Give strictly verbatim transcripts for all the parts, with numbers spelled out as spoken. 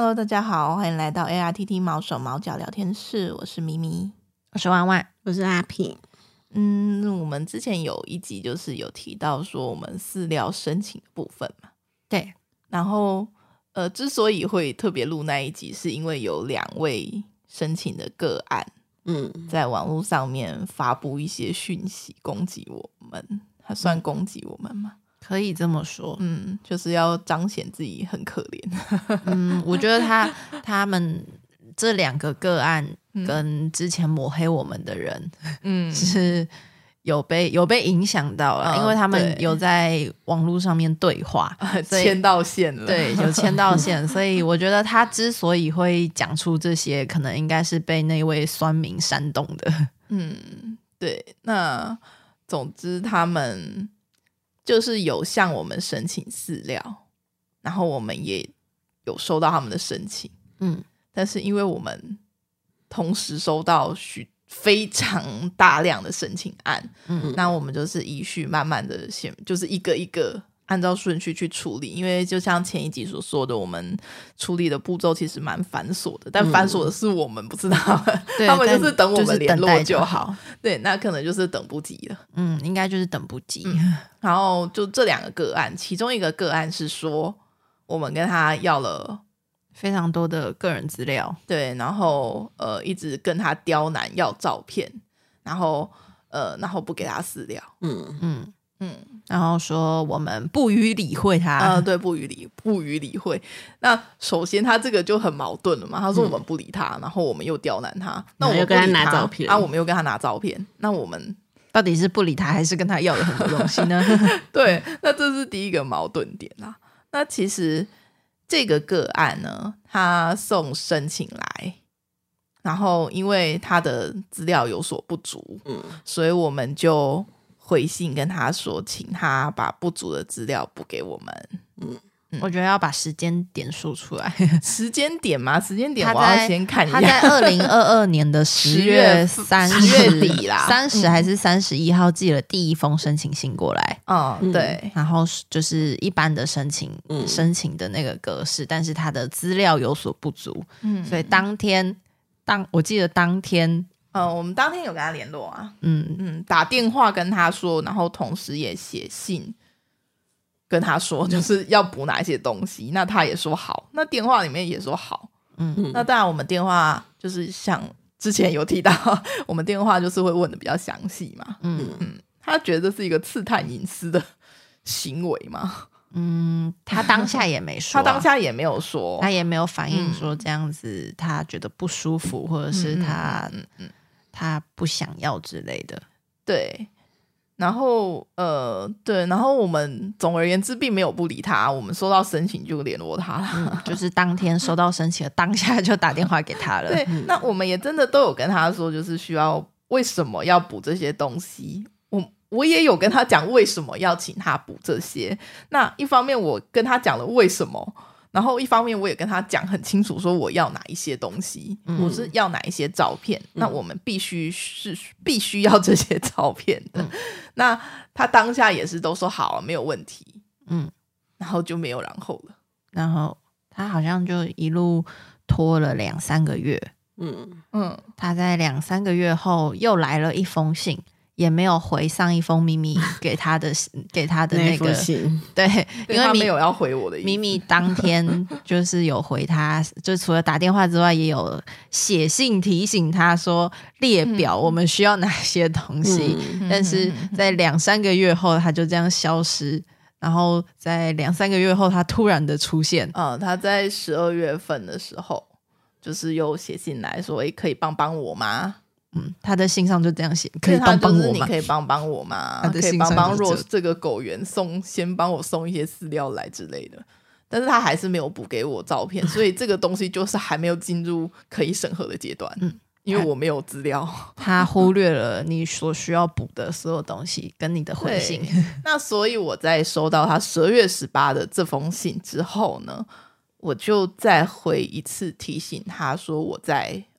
Hello， 大家好，欢迎来到 A R T T 毛手毛脚聊天室，我是咪咪， 我是万万， 我是阿平。 嗯，我们之前有一集就是有提到说我们饲料申请的部分嘛， 对， 然后呃，之所以会特别录那一集，是因为有两位申请的个案， 嗯， 在网络上面发布一些讯息攻击我们，还算攻击我们吗？ 可以这么说。 嗯，就是要彰显自己很可怜。 嗯，我觉得他他们这两个个案跟之前抹黑我们的人，嗯，是有被有被影响到了，嗯，因为他们有在网络上面对话， 牵到线了， 对，有牵到线，所以我觉得他之所以会讲出这些，可能应该是被那位酸民煽动的。 嗯，对。那总之他们就是有向我们申请饲料，然后我们也有收到他们的申请，嗯，但是因为我们同时收到许非常大量的申请案，嗯，那我们就是依序慢慢的先就是一个一个按照顺序去处理，因为就像前一集所说的，我们处理的步骤其实蛮繁琐的，但繁琐的是我们，不是他们，嗯，他们就是等我们联络就好，对，那可能就是等不及了， 嗯，应该就是等不及， 嗯，然后就这两个个案，其中一个个案是说我们跟他要了非常多的个人资料， 对，然后呃一直跟他刁难要照片，然后呃然后不给他饲料， 嗯嗯嗯，然后说我们不予理会他， 呃对，不予理不予理会。那首先他这个就很矛盾了嘛，他说我们不理他，嗯，然后我们又刁难他，那我们又跟他拿照片啊，我们又跟他拿照片，那我们到底是不理他还是跟他要了很多东西呢？ 对，那这是第一个矛盾点啦。那其实这个个案呢，他送申请来，然后因为他的资料有所不足，嗯，所以我们就回信跟他说，请他把不足的资料补给我们。嗯， 嗯，我觉得要把时间点说出来。 时间点吗？时间点我要先看一下。 他在二零二二年的十月三十月底啦， 三十还是三十一号寄了第一封申请信过来。 嗯，对。 然后就是一般的申请，嗯，申请的那个格式，但是他的资料有所不足，嗯，所以当天当我记得当天。 呃，我们当天有跟他联络啊，嗯嗯，打电话跟他说，然后同时也写信跟他说，就是要补哪一些东西，那他也说好，那电话里面也说好，嗯，那当然我们电话就是像之前有提到，我们电话就是会问的比较详细嘛，嗯嗯，他觉得这是一个刺探隐私的行为吗？ 嗯，他当下也没说， 啊，他当下也没有说， 他也没有反映说这样子他觉得不舒服，嗯，或者是他嗯嗯。嗯他不想要之类的， 对，然后呃，对，然后我们总而言之并没有不理他，我们收到申请就联络他了， 嗯，就是当天收到申请的当下就打电话给他了。 对，嗯，那我们也真的都有跟他说，就是需要为什么要补这些东西，我我也有跟他讲为什么要请他补这些。那一方面我跟他讲了为什么。然后一方面我也跟他讲很清楚，说我要哪一些东西，嗯，我是要哪一些照片，嗯，那我们必须是必须要这些照片的，嗯，那他当下也是都说好，没有问题，嗯，然后就没有然后了， 然后他好像就一路拖了两三个月，嗯嗯，他在两三个月后又来了一封信，也没有回上一封咪咪给他的给他的那个信， 对，因为他没有要回我的意思。 咪咪当天就是有回他，就除了打电话之外，也有写信提醒他说列表我们需要哪些东西，嗯，但是在两三个月后他就这样消失，然后在两三个月后他突然的出现， 嗯，他在十二月份的时候就是又写信来说，诶，可以帮帮我吗？ 嗯，他的信上就这样写，可以帮帮我吗？ 你可以帮帮我吗？可以帮帮若这个狗园送，先帮我送一些饲料来之类的。但是他还是没有补给我照片，所以这个东西就是还没有进入可以审核的阶段。嗯，因为我没有资料， 他忽略了你所需要补的所有东西跟你的回信。 那所以我在收到他十二月十八的这封信之后呢，我就再回一次提醒他说我在。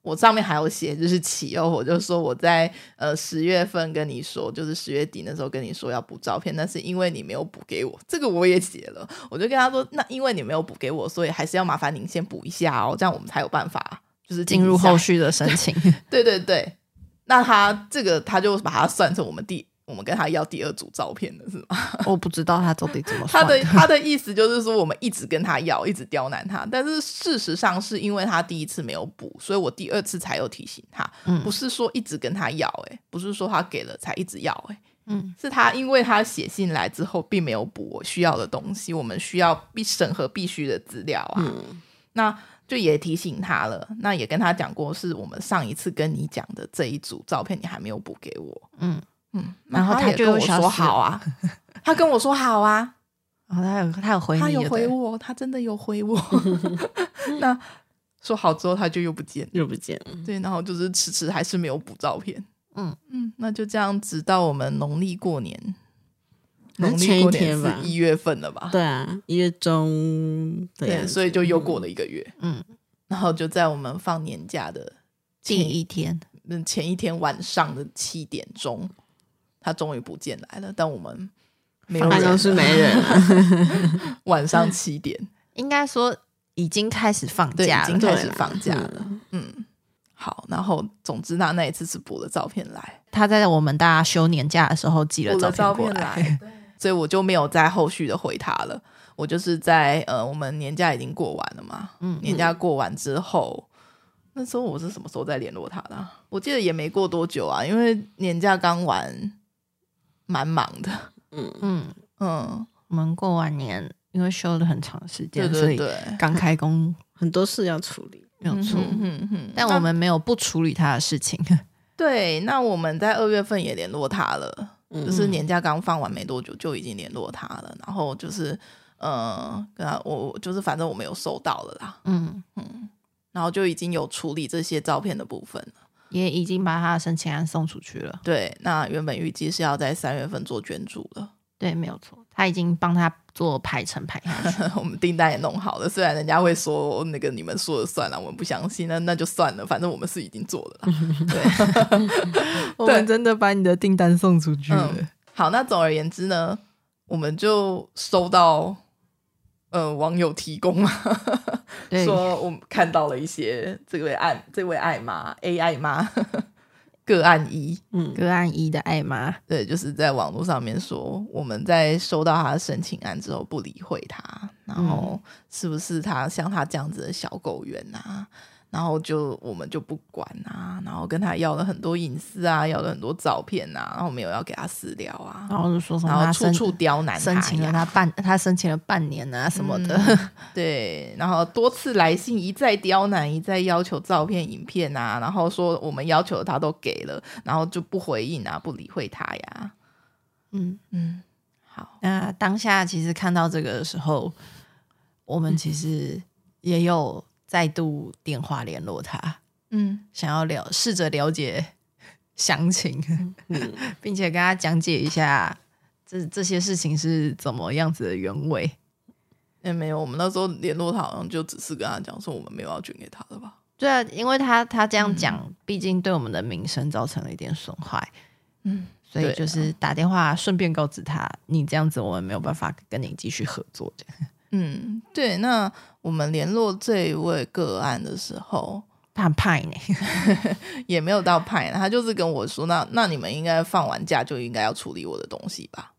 我上面还有写日期哦，我就说我在呃十月份跟你说，就是十月底那时候跟你说要补照片，但是因为你没有补给我，这个我也写了，我就跟他说，那因为你没有补给我，所以还是要麻烦您先补一下哦，这样我们才有办法就是进入后续的申请。 对对对，那他这个他就把它算成我们第我们跟他要第二组照片的是吗？ 我不知道他到底怎么算的。他的他的意思就是说，我们一直跟他要，一直刁难他，但是事实上是因为他第一次没有补，所以我第二次才有提醒他，嗯、不是说一直跟他要、欸，不是说他给了才一直要、欸，嗯，是他因为他写信来之后并没有补我需要的东西，我们需要必审核必须的资料啊，嗯、那就也提醒他了，那也跟他讲过，是我们上一次跟你讲的这一组照片你还没有补给我，嗯。嗯， 然后他就跟我说好啊，他跟我说好啊， 然后他有他有回你， 他有回我，他真的有回我。那说好之后他就又不见， 又不见了。 对，然后就是迟迟还是没有补照片。嗯嗯，那就这样，直到我们农历过年，农历过年是一月份了吧？ 对啊，一月中对，所以就又过了一个月。嗯，然后就在我们放年假的第一天， 嗯，前一天晚上的七点钟。他终于不见来了，但我们没有人， 办公室没人、啊。 晚上七点， 应该说已经开始放假了， 已经开始放假了。嗯，好，然后总之他那一次是补了照片来， 他在我们大家休年假的时候寄了照片过来， 来所以我就没有再后续的回他了。我就是在呃，我们年假已经过完了嘛，嗯，年假过完之后。那时候我是什么时候在联络他的、啊？我记得也没过多久啊，因为年假刚完，蛮忙的。嗯嗯嗯，我们过完年，因为休了很长时间，对对对，所以刚开工， 很多事要处理， 没有错。嗯嗯嗯，但我们没有不处理他的事情。 对，那我们在二月份也联络他了，嗯、就是年假刚放完没多久就已经联络他了，然后就是呃，跟他我就是反正我们有收到了啦。嗯嗯。然后就已经有处理这些照片的部分了， 也已经把他的申请案送出去了。 对，那原本预计是要在三月份做捐助了。 对，没有错，他已经帮他做排程排下去， 我们订单也弄好了。虽然人家会说那个你们说了算了，我们不相信，那那就算了，反正我们是已经做了啦。 对，我们真的把你的订单送出去了。 嗯、好，那总而言之呢，我们就收到。呃，网友提供嘛，说我们看到了一些这位爱这位爱妈 A 爱妈个案一， 嗯，个案一的爱妈， 对，就是在网络上面说我们在收到他的申请案之后不理会他，然后是不是他像他这样子的小狗园啊？然后就我们就不管啊，然后跟他要了很多隐私啊，要了很多照片啊，然后没有要给他私聊啊， 然后就说什么然后处处刁难他， 申请了他半他申请了半年啊什么的、 嗯，对，然后多次来信一再刁难，一再要求照片影片啊，然后说我们要求的他都给了，然后就不回应啊，不理会他呀。嗯嗯，好， 那当下其实看到这个的时候，我们其实也有再度电话联络他，嗯，想要了试着了解详情，嗯，并且跟他讲解一下这这些事情是怎么样子的原委。 也、欸、没有，我们那时候联络他好像就只是跟他讲说我们没有要捐给他的吧。 对啊，因为他他这样讲、嗯、毕竟对我们的名声造成了一点损害，嗯，所以就是打电话顺便告知他，你这样子我们没有办法跟你继续合作的。 嗯，对，那我们联络这一位个案的时候， 他很派呢， 也没有到派，他就是跟我说，那那你们应该放完假就应该要处理我的东西吧。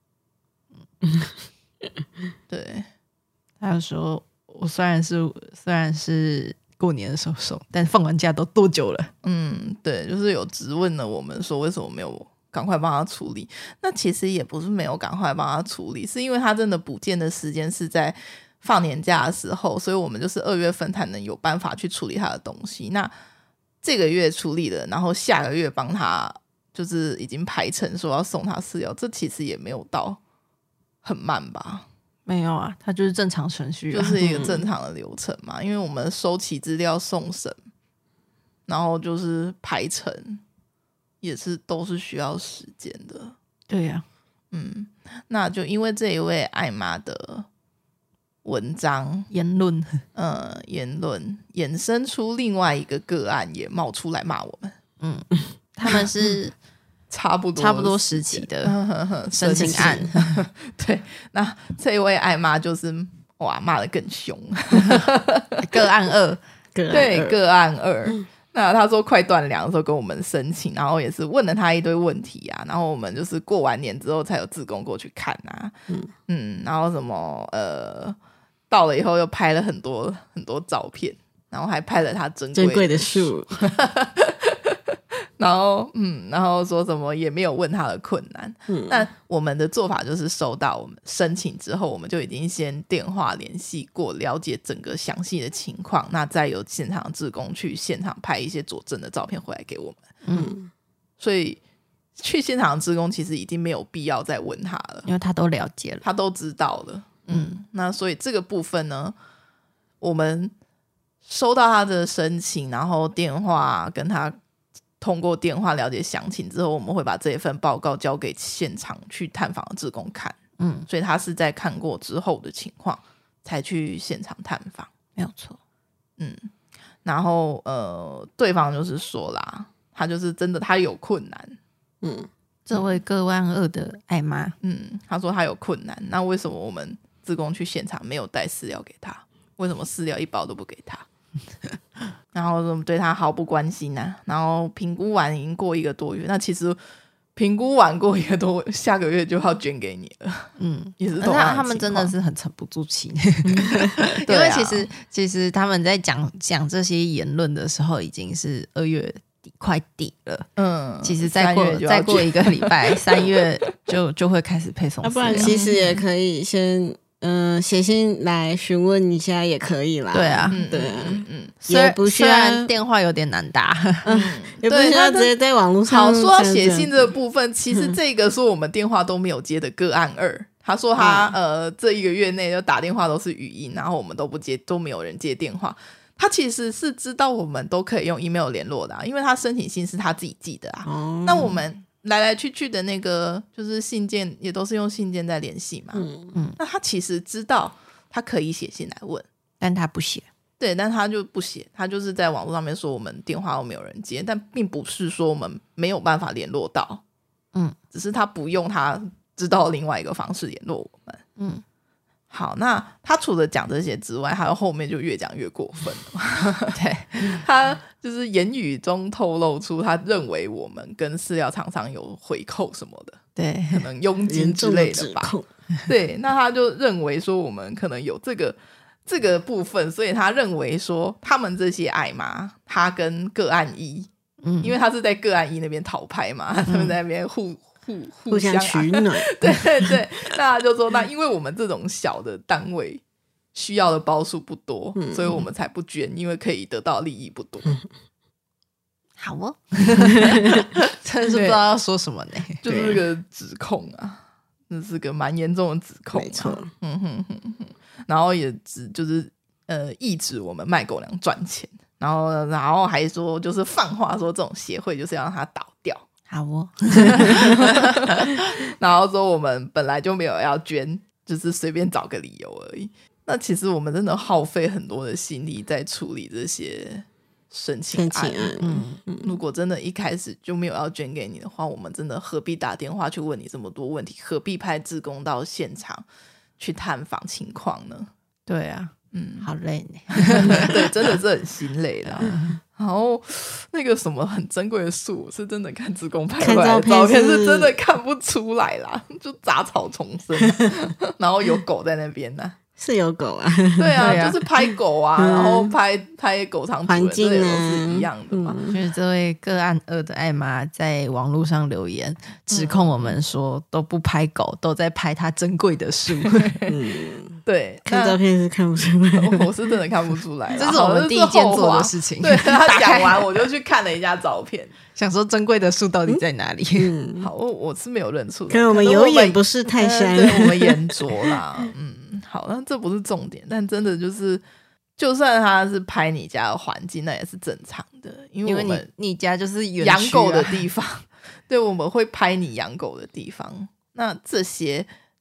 对， 他就说我虽然是虽然是过年的时候送，但放完假都多久了？ 嗯，对，就是有质问了我们说为什么没有赶快帮他处理。那其实也不是没有赶快帮他处理，是因为他真的补件的时间是在放年假的时候，所以我们就是二月份才能有办法去处理他的东西。那这个月处理了，然后下个月帮他就是已经排成说要送他饲料，这其实也没有到很慢吧。 没有啊，它就是正常程序、啊、 就是一个正常的流程嘛、嗯、因为我们收齐资料送审，然后就是排程也是都是需要时间的。 对呀、啊、 嗯，那就因为这一位爱妈的文章言论， 呃言论衍生出另外一个个案也冒出来骂我们。 嗯，他们是差不多差不多时期的申请案。 对，那这一位爱妈就是哇骂得更凶。 个案二， 对，个案二。嗯，那他说快断粮的时候跟我们申请，然后也是问了他一堆问题啊，然后我们就是过完年之后才有志工过去看啊。嗯嗯，然后什么呃到了以后又拍了很多很多照片，然后还拍了他珍贵的树。然后嗯，然后说什么也没有问他的困难。嗯，那我们的做法就是收到我们申请之后，我们就已经先电话联系过，了解整个详细的情况，那再由现场志工去现场拍一些佐证的照片回来给我们。嗯，所以去现场的志工其实已经没有必要再问他了， 因为他都了解了， 他都知道了。嗯，那所以这个部分呢，我们收到他的申请，然后电话跟他通过电话了解详情之后，我们会把这一份报告交给现场去探访的志工看。嗯，所以他是在看过之后的情况才去现场探访， 没有错。 嗯，然后呃，对方就是说啦，他就是真的他有困难。嗯， 这位个案二的爱妈， 嗯，他说他有困难，那为什么我们志工去现场没有带饲料给他？为什么饲料一包都不给他？然后我们对他毫不关心啊，然后评估完已经过一个多月，那其实评估完过一个多，下个月就要捐给你了。嗯，也是同样的情况。 那他们真的是很沉不住气。因为其实、啊、其实他们在讲讲这些言论的时候已经是二月底快底了。嗯，其实再过再过一个礼拜三月就就会开始配送饲料。 要不然其实也可以先嗯，写信来询问一下也可以啦。 对啊， 嗯、对啊， 嗯嗯，也不需要，虽然电话有点难打， 嗯，也不需要直接在网络上。 好，说到写信这个部分，其实这个说我们电话都没有接的个案二，他说他、嗯、呃这一个月内就打电话都是语音，然后我们都不接，都没有人接电话。他其实是知道我们都可以用 email 联络的、啊，因为他申请信是他自己寄的啊。哦、那我们来来去去的那个就是信件也都是用信件在联系嘛。嗯嗯，那他其实知道他可以写信来问， 但他不写。 对，但他就不写，他就是在网络上面说我们电话都没有人接，但并不是说我们没有办法联络到。嗯，只是他不用他知道另外一个方式联络我们。嗯。好，那他除了讲这些之外，还有后面就越讲越过分了。对，他就是言语中透露出他认为我们跟饲料厂商有回扣什么的， 对， 可能佣金之类的吧。对，那他就认为说我们可能有这个这个部分，所以他认为说他们这些爱妈，他跟个案一，嗯，因为他是在个案一那边讨拍嘛，他们在那边互。互, 互相取暖。 对对对，那他就说那因为我们这种小的单位需要的包数不多、嗯、所以我们才不捐，因为可以得到利益不多、嗯、 好哦真是不知道要说什么呢， 就是这个指控啊，这是个蛮严重的指控、啊、没错。 嗯哼哼哼，然后也指就是呃抑制我们卖狗粮赚钱，然后然后还说就是放话说这种协会就是要让它倒掉。 好哦然后说我们本来就没有要捐，就是随便找个理由而已。那其实我们真的耗费很多的心力在处理这些申请案。嗯嗯，如果真的一开始就没有要捐给你的话，我们真的何必打电话去问你这么多问题，何必派志工到现场去探访情况呢？ 对啊，嗯，好累呢对，真的是很心累啦。然后那个什么很珍贵的树是真的看志工拍出来的照片是真的看不出来啦，就杂草丛生然后有狗在那边呢、啊、 是有狗啊， 对啊，对啊，就是拍狗啊、嗯、然后拍拍狗场主人，这些都是一样的嘛、 嗯、就是这位个案二的爱妈在网络上留言指控我们说都不拍狗，都在拍他珍贵的树嗯对， 看照片是看不出来， 我是真的看不出来， 这是我们第一件做的事情。 对，他讲完我就去看了一下照片， 想说珍贵的树到底在哪里。 嗯、好，我我是没有认出来， 可能我们有眼不识泰山， 对，我们眼拙啦。嗯，好，那这不是重点，但真的就是，就算他是拍你家的环境，那也是正常的，因为我们你, 你家就是养狗的地方，对，我们会拍你养狗的地方，那这些。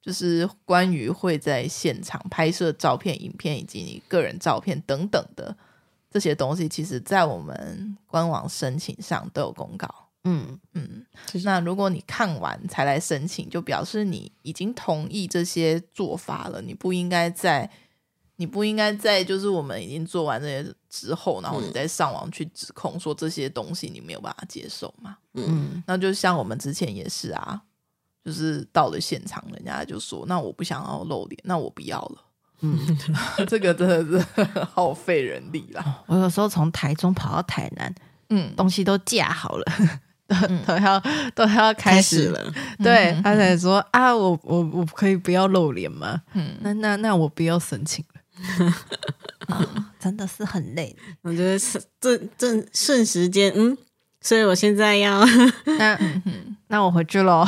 就是关于会在现场拍摄照片、影片以及你个人照片等等的这些东西，其实在我们官网申请上都有公告。嗯嗯，那如果你看完才来申请，就表示你已经同意这些做法了，你不应该在你不应该在就是我们已经做完这些之后，然后你再上网去指控说这些东西你没有办法接受嘛。嗯，那就像我们之前也是啊，就是到了现场人家就说那我不想要露脸，那我不要了。嗯，这个真的是好费人力啦。 我有时候从台中跑到台南，嗯，东西都架好了，都、嗯、都要都要开始了。对、嗯、他才说啊，我我我可以不要露脸吗？嗯，那那那我不要申请了。啊，真的是很累。 我觉得正正顺时间，嗯，所以我现在要那、嗯、那我回去咯。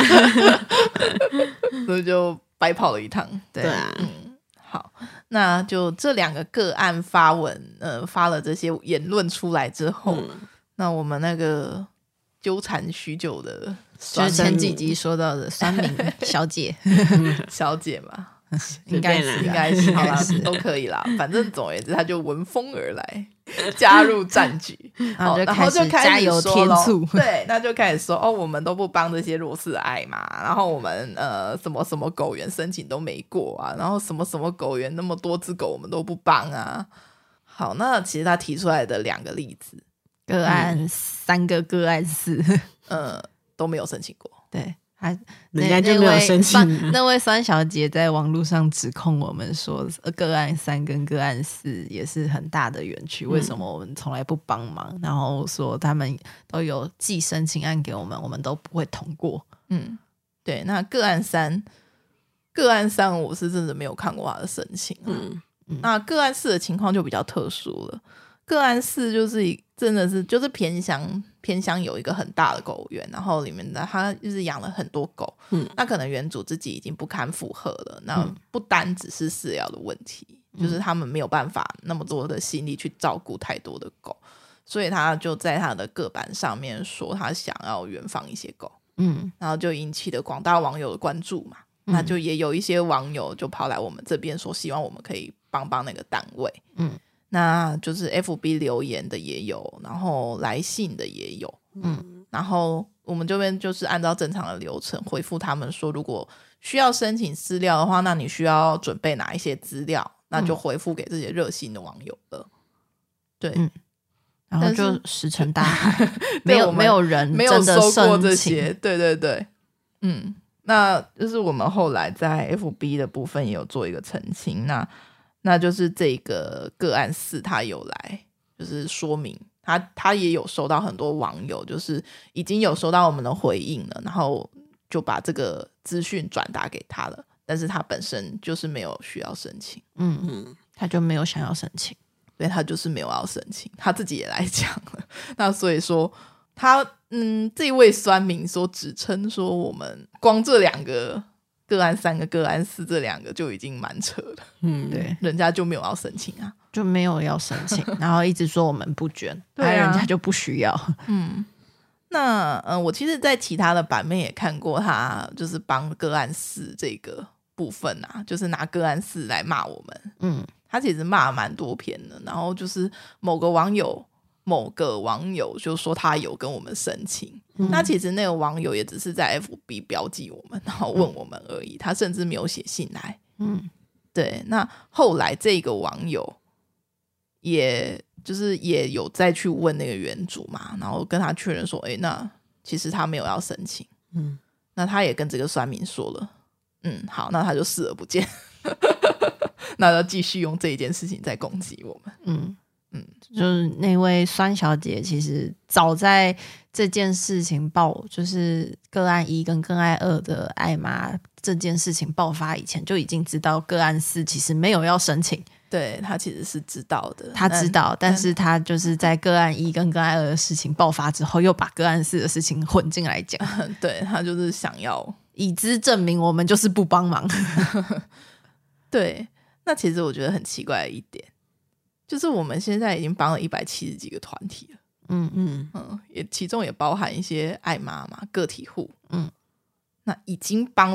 所以就白跑了一趟。 对啊， 嗯。好，那就这两个个案发文，呃，发了这些言论出来之后，嗯、那我们那个纠缠许久的， 就是前几集说到的酸民小姐， 小姐嘛， 应该是， 应该是，好啦，都可以啦。反正总而言之，他就闻风而来，加入战局， 然后就开始加油添醋。 对，那就开始说哦，我们都不帮这些弱势爱嘛，然后我们呃什么什么狗园申请都没过啊，然后什么什么狗园那么多只狗我们都不帮啊。好，那其实他提出来的两个例子， 个案、嗯、三个个案四， 呃都没有申请过。 对。他人家就没有申请。 那位酸小姐在网络上指控我们说，个案三跟个案四也是很大的园区，为什么我们从来不帮忙？然后说他们都有寄申请案给我们，我们都不会通过。 嗯，对。那个案三，个案三我是真的没有看过他的申请、啊。嗯，那个案四的情况就比较特殊了。个案四就是真的是就是偏乡偏乡有一个很大的狗园，然后里面的他就是养了很多狗，嗯，那可能园主自己已经不堪负荷了，那不单只是饲料的问题、嗯、就是他们没有办法那么多的心力去照顾太多的狗，所以他就在他的个版上面说他想要原放一些狗，嗯，然后就引起了广大网友的关注嘛、嗯、那就也有一些网友就跑来我们这边说希望我们可以帮帮那个单位，嗯，那就是 F B 留言的也有，然后来信的也有，嗯，然后我们这边就是按照正常的流程回复他们说，如果需要申请资料的话，那你需要准备哪一些资料，那就回复给这些热心的网友了。对，嗯， 然后就石沉大海，没有没有人没有收过这些，对对对，嗯，那就是我们后来在 F B 的部分也有做一个澄清，那。那就是这个个案四他有来就是说明他他也有收到很多网友就是已经有收到我们的回应了，然后就把这个资讯转达给他了，但是他本身就是没有需要申请， 嗯嗯，他就没有想要申请， 对，他就是没有要申请，他自己也来讲了。那所以说他嗯这位酸民说指称说我们光这两个个案三个个案四这两个就已经蛮扯了，嗯，对，人家就没有要申请啊， 就没有要申请，然后一直说我们不捐，对啊，人家就不需要， 嗯，那呃，我其实，在其他的版面也看过他，就是帮个案四这个部分啊，就是拿个案四来骂我们，嗯，他其实骂蛮多篇的，然后就是某个网友。某个网友就说他有跟我们申请、嗯、那其实那个网友也只是在 F B 标记我们然后问我们而已、嗯、他甚至没有写信来，嗯，对，那后来这个网友也就是也有再去问那个原主嘛，然后跟他确认说哎，那其实他没有要申请，嗯，那他也跟这个酸民说了，嗯，好，那他就视而不见那他继续用这一件事情在攻击我们，嗯嗯，就是那位酸小姐，其实早在这件事情爆，就是个案一跟个案二的爱妈这件事情爆发以前，就已经知道个案四其实没有要申请。 对，他其实是知道的， 他知道，但是他就是在个案一跟个案二的事情爆发之后，又把个案四的事情混进来讲。 对，他就是想要以资证明我们就是不帮忙。 对，那其实我觉得很奇怪的一点。就是我们现在已经帮了一百七十几个团体了，嗯嗯嗯，也其中也包含一些爱妈嘛，个体户，嗯，那已经帮了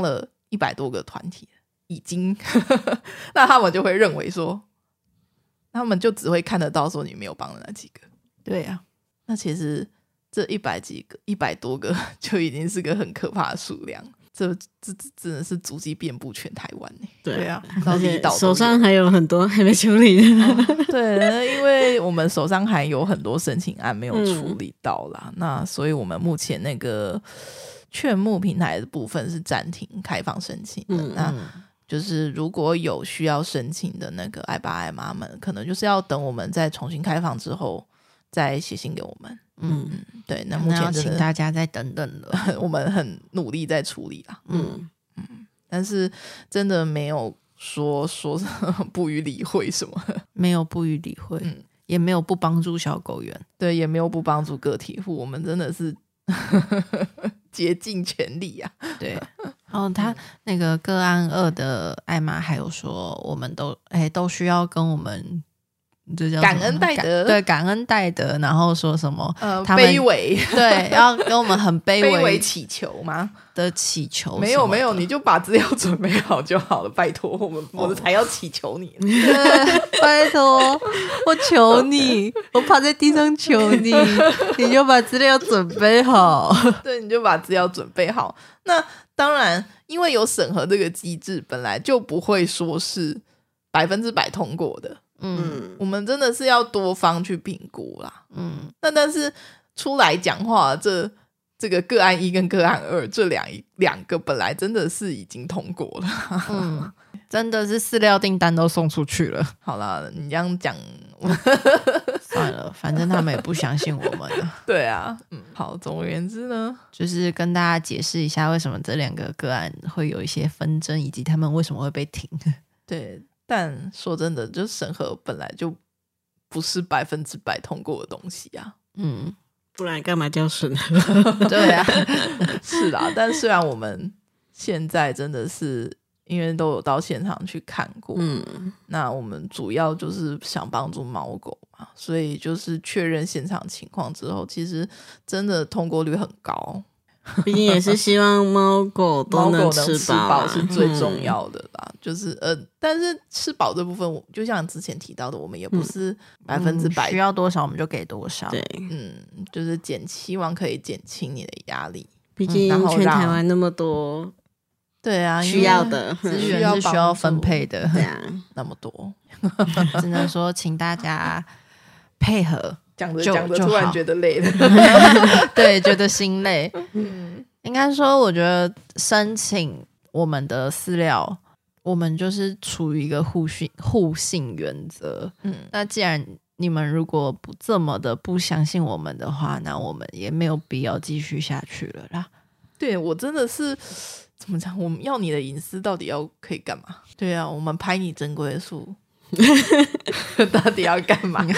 一百多个团体已经那他们就会认为说他们就只会看得到说你没有帮的那几个。 对啊， 那其实这一百几个一百多个就已经是个很可怕的数量，这这这真的是足迹遍布全台湾耶。 对对啊， 而且到手上还有很多还没处理的、 哦、对，因为我们手上还有很多申请案没有处理到啦、嗯、那所以我们目前那个劝募平台的部分是暂停开放申请的、嗯、那就是如果有需要申请的那个爱爸爱妈们，可能就是要等我们再重新开放之后再写信给我们。嗯嗯，对，那目前要请大家再等等了我们很努力在处理啦。嗯嗯，但是真的没有说说不予理会什么， 没有不予理会、嗯、也没有不帮助小狗园， 对，也没有不帮助个体户，我们真的是竭尽全力啊。 对，然后他那个个案二的艾玛还有说我们都哎都需要跟我们这叫感恩戴德， 对，感恩戴德，然后说什么呃他们卑微， 对，要跟我们很卑微卑微祈求吗？ 的祈求没有没有，你就把资料准备好就好了，拜托，我们、哦、我才要祈求你， 拜托，我求你，我趴在地上求你，你就把资料准备好， 对，你就把资料准备好。那当然，因为有审核这个机制，本来就不会说是百分之百通过的。嗯，我们真的是要多方去评估啦。嗯，那但是出来讲话，这这个个案一跟个案二这两两个本来真的是已经通过了。 嗯，真的是饲料订单都送出去了。 好啦，你这样讲， 算了，反正他们也不相信我们了。 对啊，嗯，好，总而言之呢， 就是跟大家解释一下为什么这两个个案会有一些纷争，以及他们为什么会被停。 对。但说真的，就审核本来就不是百分之百通过的东西啊。嗯， 不然干嘛叫审核？ 对啊， 是啦。但虽然我们现在真的是因为都有到现场去看过，嗯，那我们主要就是想帮助猫狗嘛，所以就是确认现场情况之后，其实真的通过率很高。 毕竟也是希望猫狗都能吃饱、啊、 是最重要的啦、嗯、就是呃，但是吃饱这部分就像之前提到的，我们也不是百分之百、 嗯、需要多少我们就给多少。 对， 嗯，就是减希望可以减轻你的压力， 毕竟全台湾那么多， 对啊， 需要的资源是需要分配的， 对啊， 那么多只能说请大家配合。 讲着讲着突然觉得累了对，觉得心累。嗯，应该说我觉得申请我们的饲料，我们就是处于一个互信互信原则。嗯，那既然你们如果不这么的不相信我们的话，那我们也没有必要继续下去了啦。 对，我真的是怎么讲，我们要你的隐私到底要可以干嘛？对啊，我们拍你珍贵的树到底要干嘛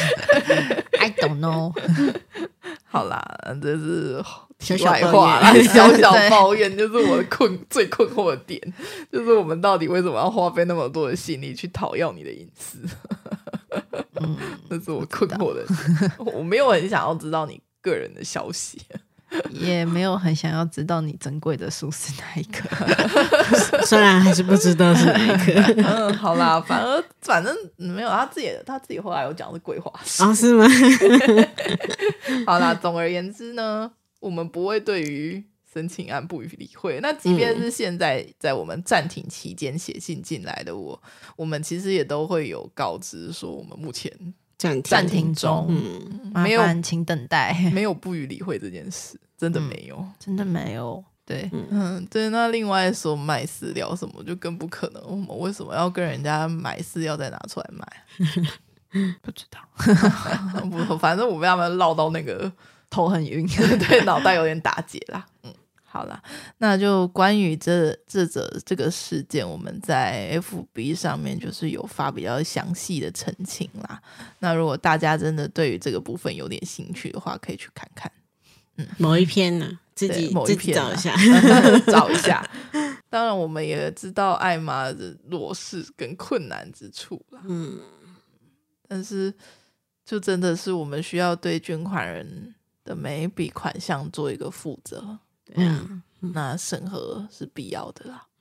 I don't know 好啦，这是题外话啦，小小抱怨就是我困最困惑的点，就是我们到底为什么要花费那么多的心力去讨要你的隐私嗯，这是我困惑的点我没有很想要知道你个人的消息也没有很想要知道你珍贵的书是哪一个虽然还是不知道是哪一个嗯，好啦，反而反正没有他自己他自己后来有讲是规划师哦，是吗好啦，总而言之呢，我们不会对于申请案不予理会。那即便是现在在我们暂停期间写信进来的我我们其实也都会有告知说我们目前暂停中，嗯，麻烦请等待， 没有不予理会这件事，真的没有、嗯、 真的没有。对， 嗯，对。那另外说卖饲料什么就更不可能，我们为什么要跟人家买饲料再拿出来卖不知道不，反正我被他们绕到那个头很晕对，脑袋有点打结啦。嗯，好啦，那就关于这这则这个事件，我们在 F B 上面就是有发比较详细的澄清啦。那如果大家真的对于这个部分有点兴趣的话，可以去看看。嗯， 某一篇呢、啊，自己某一篇、啊、 自己找一下， 找一下。当然，我们也知道艾玛的弱势跟困难之处啦。嗯，但是就真的是我们需要对捐款人的每一笔款项做一个负责。嗯，那审核是必要的啦。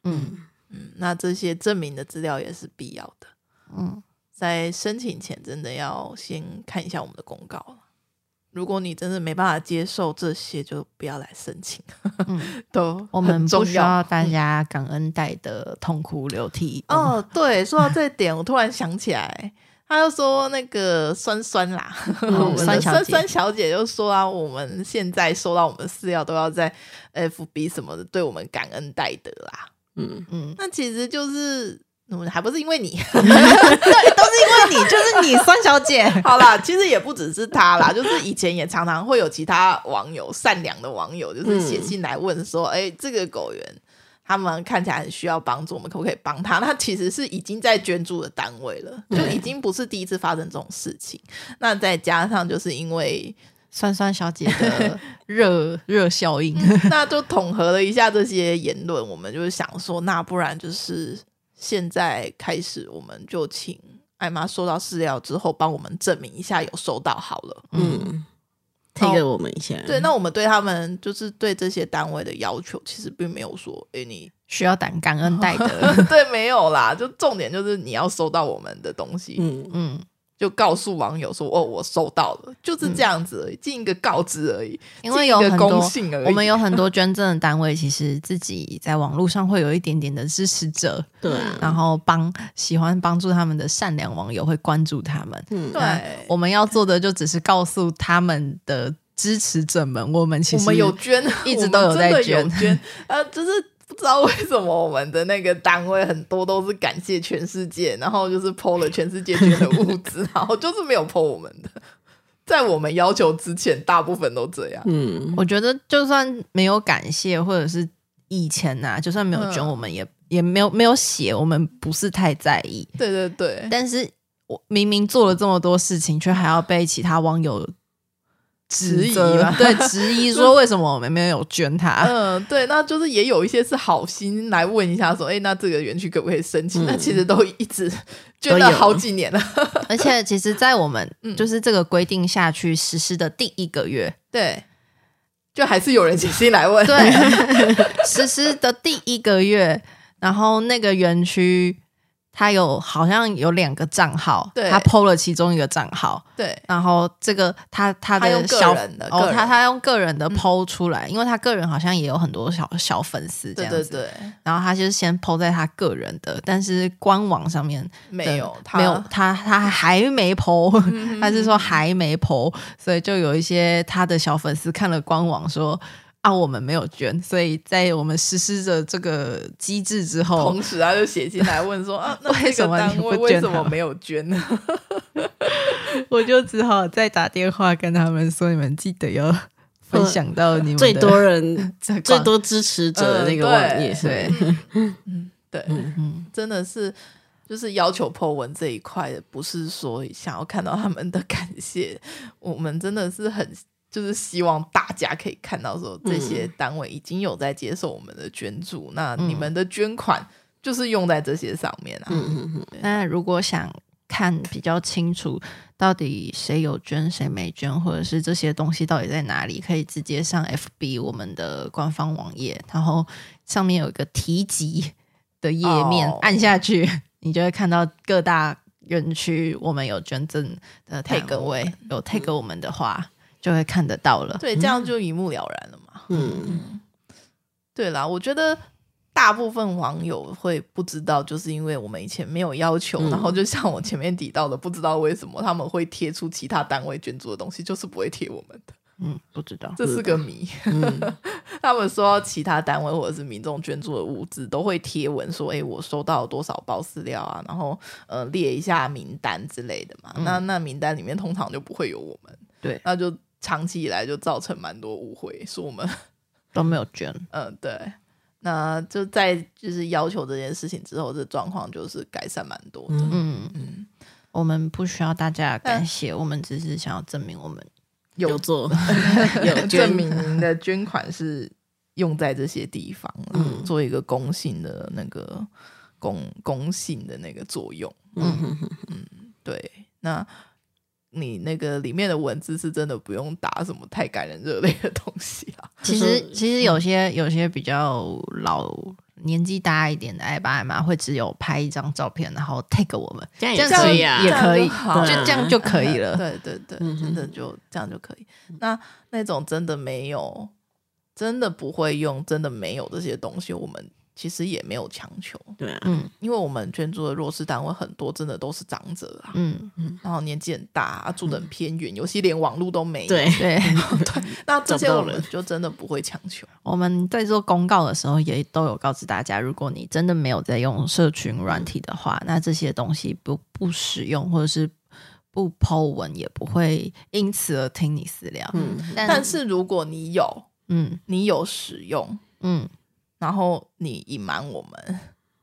嗯嗯，那这些证明的资料也是必要的。嗯，在申请前真的要先看一下我们的公告了。如果你真的没办法接受这些，就不要来申请。嗯，都我们不需要大家感恩戴的痛哭流涕。 哦，对，说到这一点，我突然想起来，他就说那个酸酸啦，嗯、我们的酸酸小姐就说啊，我们现在收到我们饲料都要在 F B 什么的对我们感恩戴德啦。嗯嗯，那其实就是还不是因为你对，都是因为你，就是你酸小姐。 好啦，其实也不只是她啦，就是以前也常常会有其他网友，善良的网友就是写信来问说哎、嗯欸，这个狗园他们看起来很需要帮助，我们可不可以帮他？那其实是已经在捐助的单位了，就已经不是第一次发生这种事情。那再加上就是因为酸酸小姐的热热效应， 那就统合了一下这些言论，我们就是想说，那不然就是现在开始，我们就请艾妈收到饲料之后，帮我们证明一下有收到好了。嗯， 推给我们一下。 对，那我们对他们就是对这些单位的要求，其实并没有说，哎、欸，你需要感感恩戴德。 对，没有啦，就重点就是你要收到我们的东西。嗯嗯。就告诉网友说哦，我收到了，就是这样子而已，尽、嗯、一个告知而已， 因为有很多我们有很多捐赠的单位，其实自己在网络上会有一点点的支持者， 对， 然后帮喜欢帮助他们的善良网友会关注他们，嗯，对，我们要做的就只是告诉他们的支持者们，我们其实我们有捐， 一直都有在捐， 有捐，呃，就是。不知道为什么我们的那个单位很多都是感谢全世界，然后就是 po 了全世界捐的物资，然后就是没有 po 我们的，在我们要求之前大部分都这样。 嗯，我觉得就算没有感谢，或者是以前啊就算没有捐、嗯、我们也也没有没有写，我们不是太在意。 对对对， 但是我明明做了这么多事情，却还要被其他网友质疑，对，质疑说为什么我们没有捐他？ 嗯，对，那就是也有一些是好心来问一下，说，哎、欸，那这个园区可不可以申请？嗯、那其实都一直捐了好几年了， 而且其实，在我们就是这个规定下去实施的第一个月， 嗯、对，就还是有人写信来问， 对，实施的第一个月，然后那个园区。他有好像有两个账号，他 po 了其中一个账号， 对， 然后这个他他的小人的哦，他他用个人的 po 出来、嗯，因为他个人好像也有很多小小粉丝这样子， 对对对， 然后他就是先 po 在他个人的，但是官网上面没有， 没有他他还没 po，、嗯、他是说还没 po，所以就有一些他的小粉丝看了官网说。啊，我们没有捐，所以在我们实施着这个机制之后， 同时他就写信来问说啊，那这个单位为什么没有捐呢？ 我就只好再打电话跟他们说，你们记得要分享到你们的最多人、最多支持者的那个网页， 对，嗯，对，嗯，真的是。就是要求 po 文这一块的，不是说想要看到他们的感谢，我们真的是很就是希望大家可以看到说这些单位已经有在接受我们的捐助、嗯、那你们的捐款就是用在这些上面啊。 嗯、那如果想看比较清楚到底谁有捐谁没捐，或者是这些东西到底在哪里，可以直接上 F B 我们的官方网页，然后上面有一个提及的页面、哦、按下去你就会看到各大园区我们有捐赠的单位有 tag 我们的话、嗯、就会看得到了。 对，这样就一目了然了嘛。嗯，嗯对啦，我觉得大部分网友会不知道，就是因为我们以前没有要求、嗯、然后就像我前面提到的，不知道为什么他们会贴出其他单位捐助的东西，就是不会贴我们的。 嗯，不知道， 这是个谜。嗯、他们说其他单位或者是民众捐助的物资都会贴文说，哎，我收到了多少包饲料啊，然后呃列一下名单之类的嘛。嗯、那那名单里面通常就不会有我们， 对， 那就长期以来就造成蛮多误会，说我们都没有捐。 嗯、呃，对。那就在就是要求这件事情之后，这状况就是改善蛮多的。 嗯嗯，我们不需要大家的感谢，我们只是想要证明我们。 有做有证明您的捐款是用在这些地方、嗯、做一个公信的那个公公信的那个作用。嗯嗯，对。那你那个里面的文字是真的不用打什么太感人热泪的东西啦。 其实其实有些有些比较老年纪大一点的爱爸爱妈会只有拍一张照片然后 tag 我们， 这样也可以啊， 也可以， 就这样就可以了。 对对对，真的就这样就可以。那那种真的没有，真的不会用，真的没有这些东西，我们其实也没有强求。 对啊， 嗯， 因为我们捐助的弱势单位很多，真的都是长者啊， 嗯嗯，然后年纪很大、啊，住得很偏远，有些连网路都没有。 对对对，那这些我们就真的不会强求。 我们在做公告的时候也都有告知大家，如果你真的没有在用社群软体的话，那这些东西不不使用或者是不 po 文，也不会因此而听你私聊。 嗯， 但, 但是如果你有， 嗯， 你有使用， 嗯， 然后你隐瞒我们，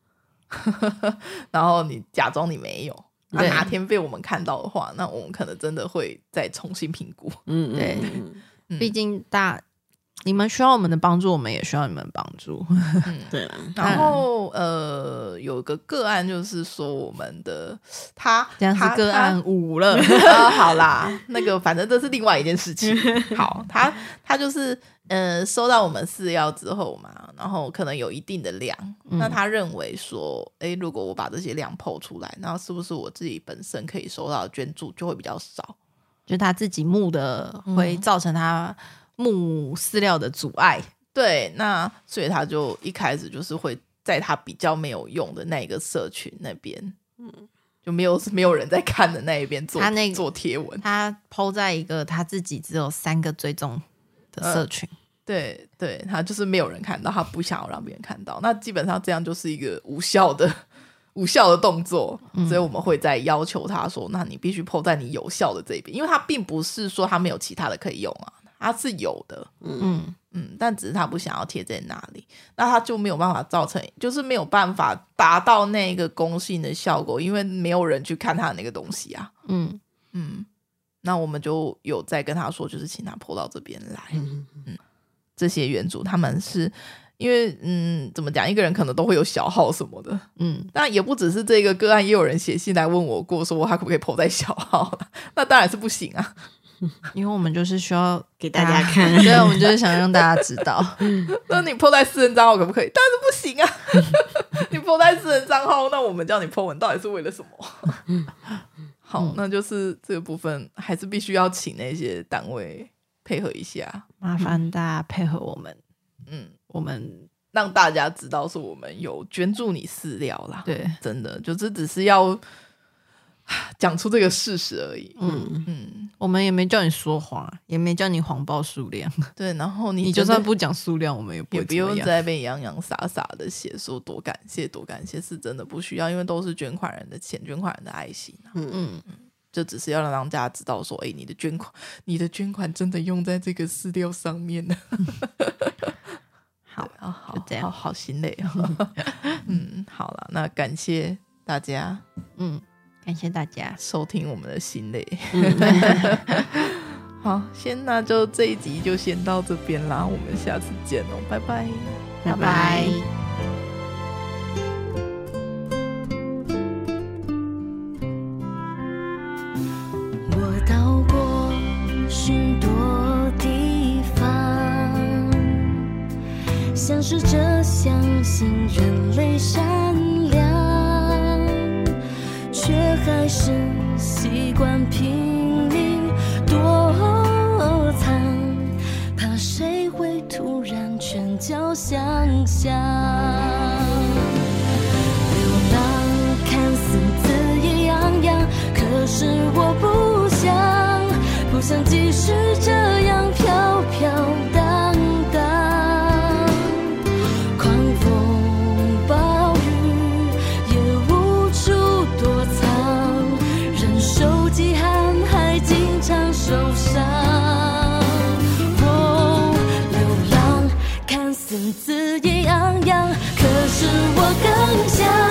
然后你假装你没有，那哪天被我们看到的话，那我们可能真的会再重新评估。 嗯， 对， 嗯、 毕竟大你们需要我们的帮助，我们也需要你们的帮助。 嗯， 对啦。 然后呃，有个个案就是说，我们的他这样是个案五了。 啊，好啦，那个反正这是另外一件事情。好，他他就是呃，收到我们饲料之后嘛，然后可能有一定的量， 嗯、 那他认为说，哎，如果我把这些量剖出来，那是不是我自己本身可以收到的捐助就会比较少？ 就他自己牧的会造成他牧饲料的阻碍。 对，那所以他就一开始就是会在他比较没有用的那个社群那边，嗯，就没有没有人在看的那一边做他那做贴文， 他 po 在一个他自己只有三个追踪的社群。 呃对对，他就是没有人看到，他不想要让别人看到，那基本上这样就是一个无效的无效的动作， 嗯、 所以我们会再要求他说，那你必须 po 在你有效的这边，因为他并不是说他没有其他的可以用啊，他是有的， 嗯嗯，但只是他不想要贴在那里，那他就没有办法造成，就是没有办法达到那个公信的效果，因为没有人去看他的那个东西啊， 嗯嗯，那我们就有在跟他说，就是请他 po 到这边来，嗯嗯。这些原主他们是因为嗯，怎么讲，一个人可能都会有小号什么的，嗯，当然也不只是这个个案，也有人写信来问我过，说他可不可以 po 在小号，那当然是不行啊， 因为我们就是需要给大家看， 对，我们就是想让大家知道。 那你 po 在私人账号可不可以？当然是不行啊，你 po 在私人账号，那我们叫你 po 文到底是为了什么？好、嗯，那就是这个部分还是必须要请那些单位配合一下， 麻烦大家配合我们， 嗯， 我们让大家知道是我们有捐助你饲料啦。 对， 真的就是只是要讲出这个事实而已。 嗯嗯，我们也没叫你说谎，也没叫你谎报数量。 对，然后你你就算不讲数量，我们也不会也不用在那边洋洋洒洒的写说多感谢多感谢，是真的不需要，因为都是捐款人的钱，捐款人的爱心、啊。嗯嗯。就只是要让大家知道说，哎、欸，你的捐款，你的捐款真的用在这个饲料上面了。 好啊，好， 就这样， 好好心累哦。嗯，好了，那感谢大家， 嗯，感谢大家收听我们的心累。好，先那就这一集就先到这边啦，我们下次见哦，拜拜， 拜拜。拜拜。 想试着相信人类善良，却还是习惯拼命躲藏，怕谁会突然拳脚相向。流浪看似恣意洋洋，可是我不想，不想继续这样飘飘荡荡。受伤，哦，流浪看似恣意洋洋，可是我更想。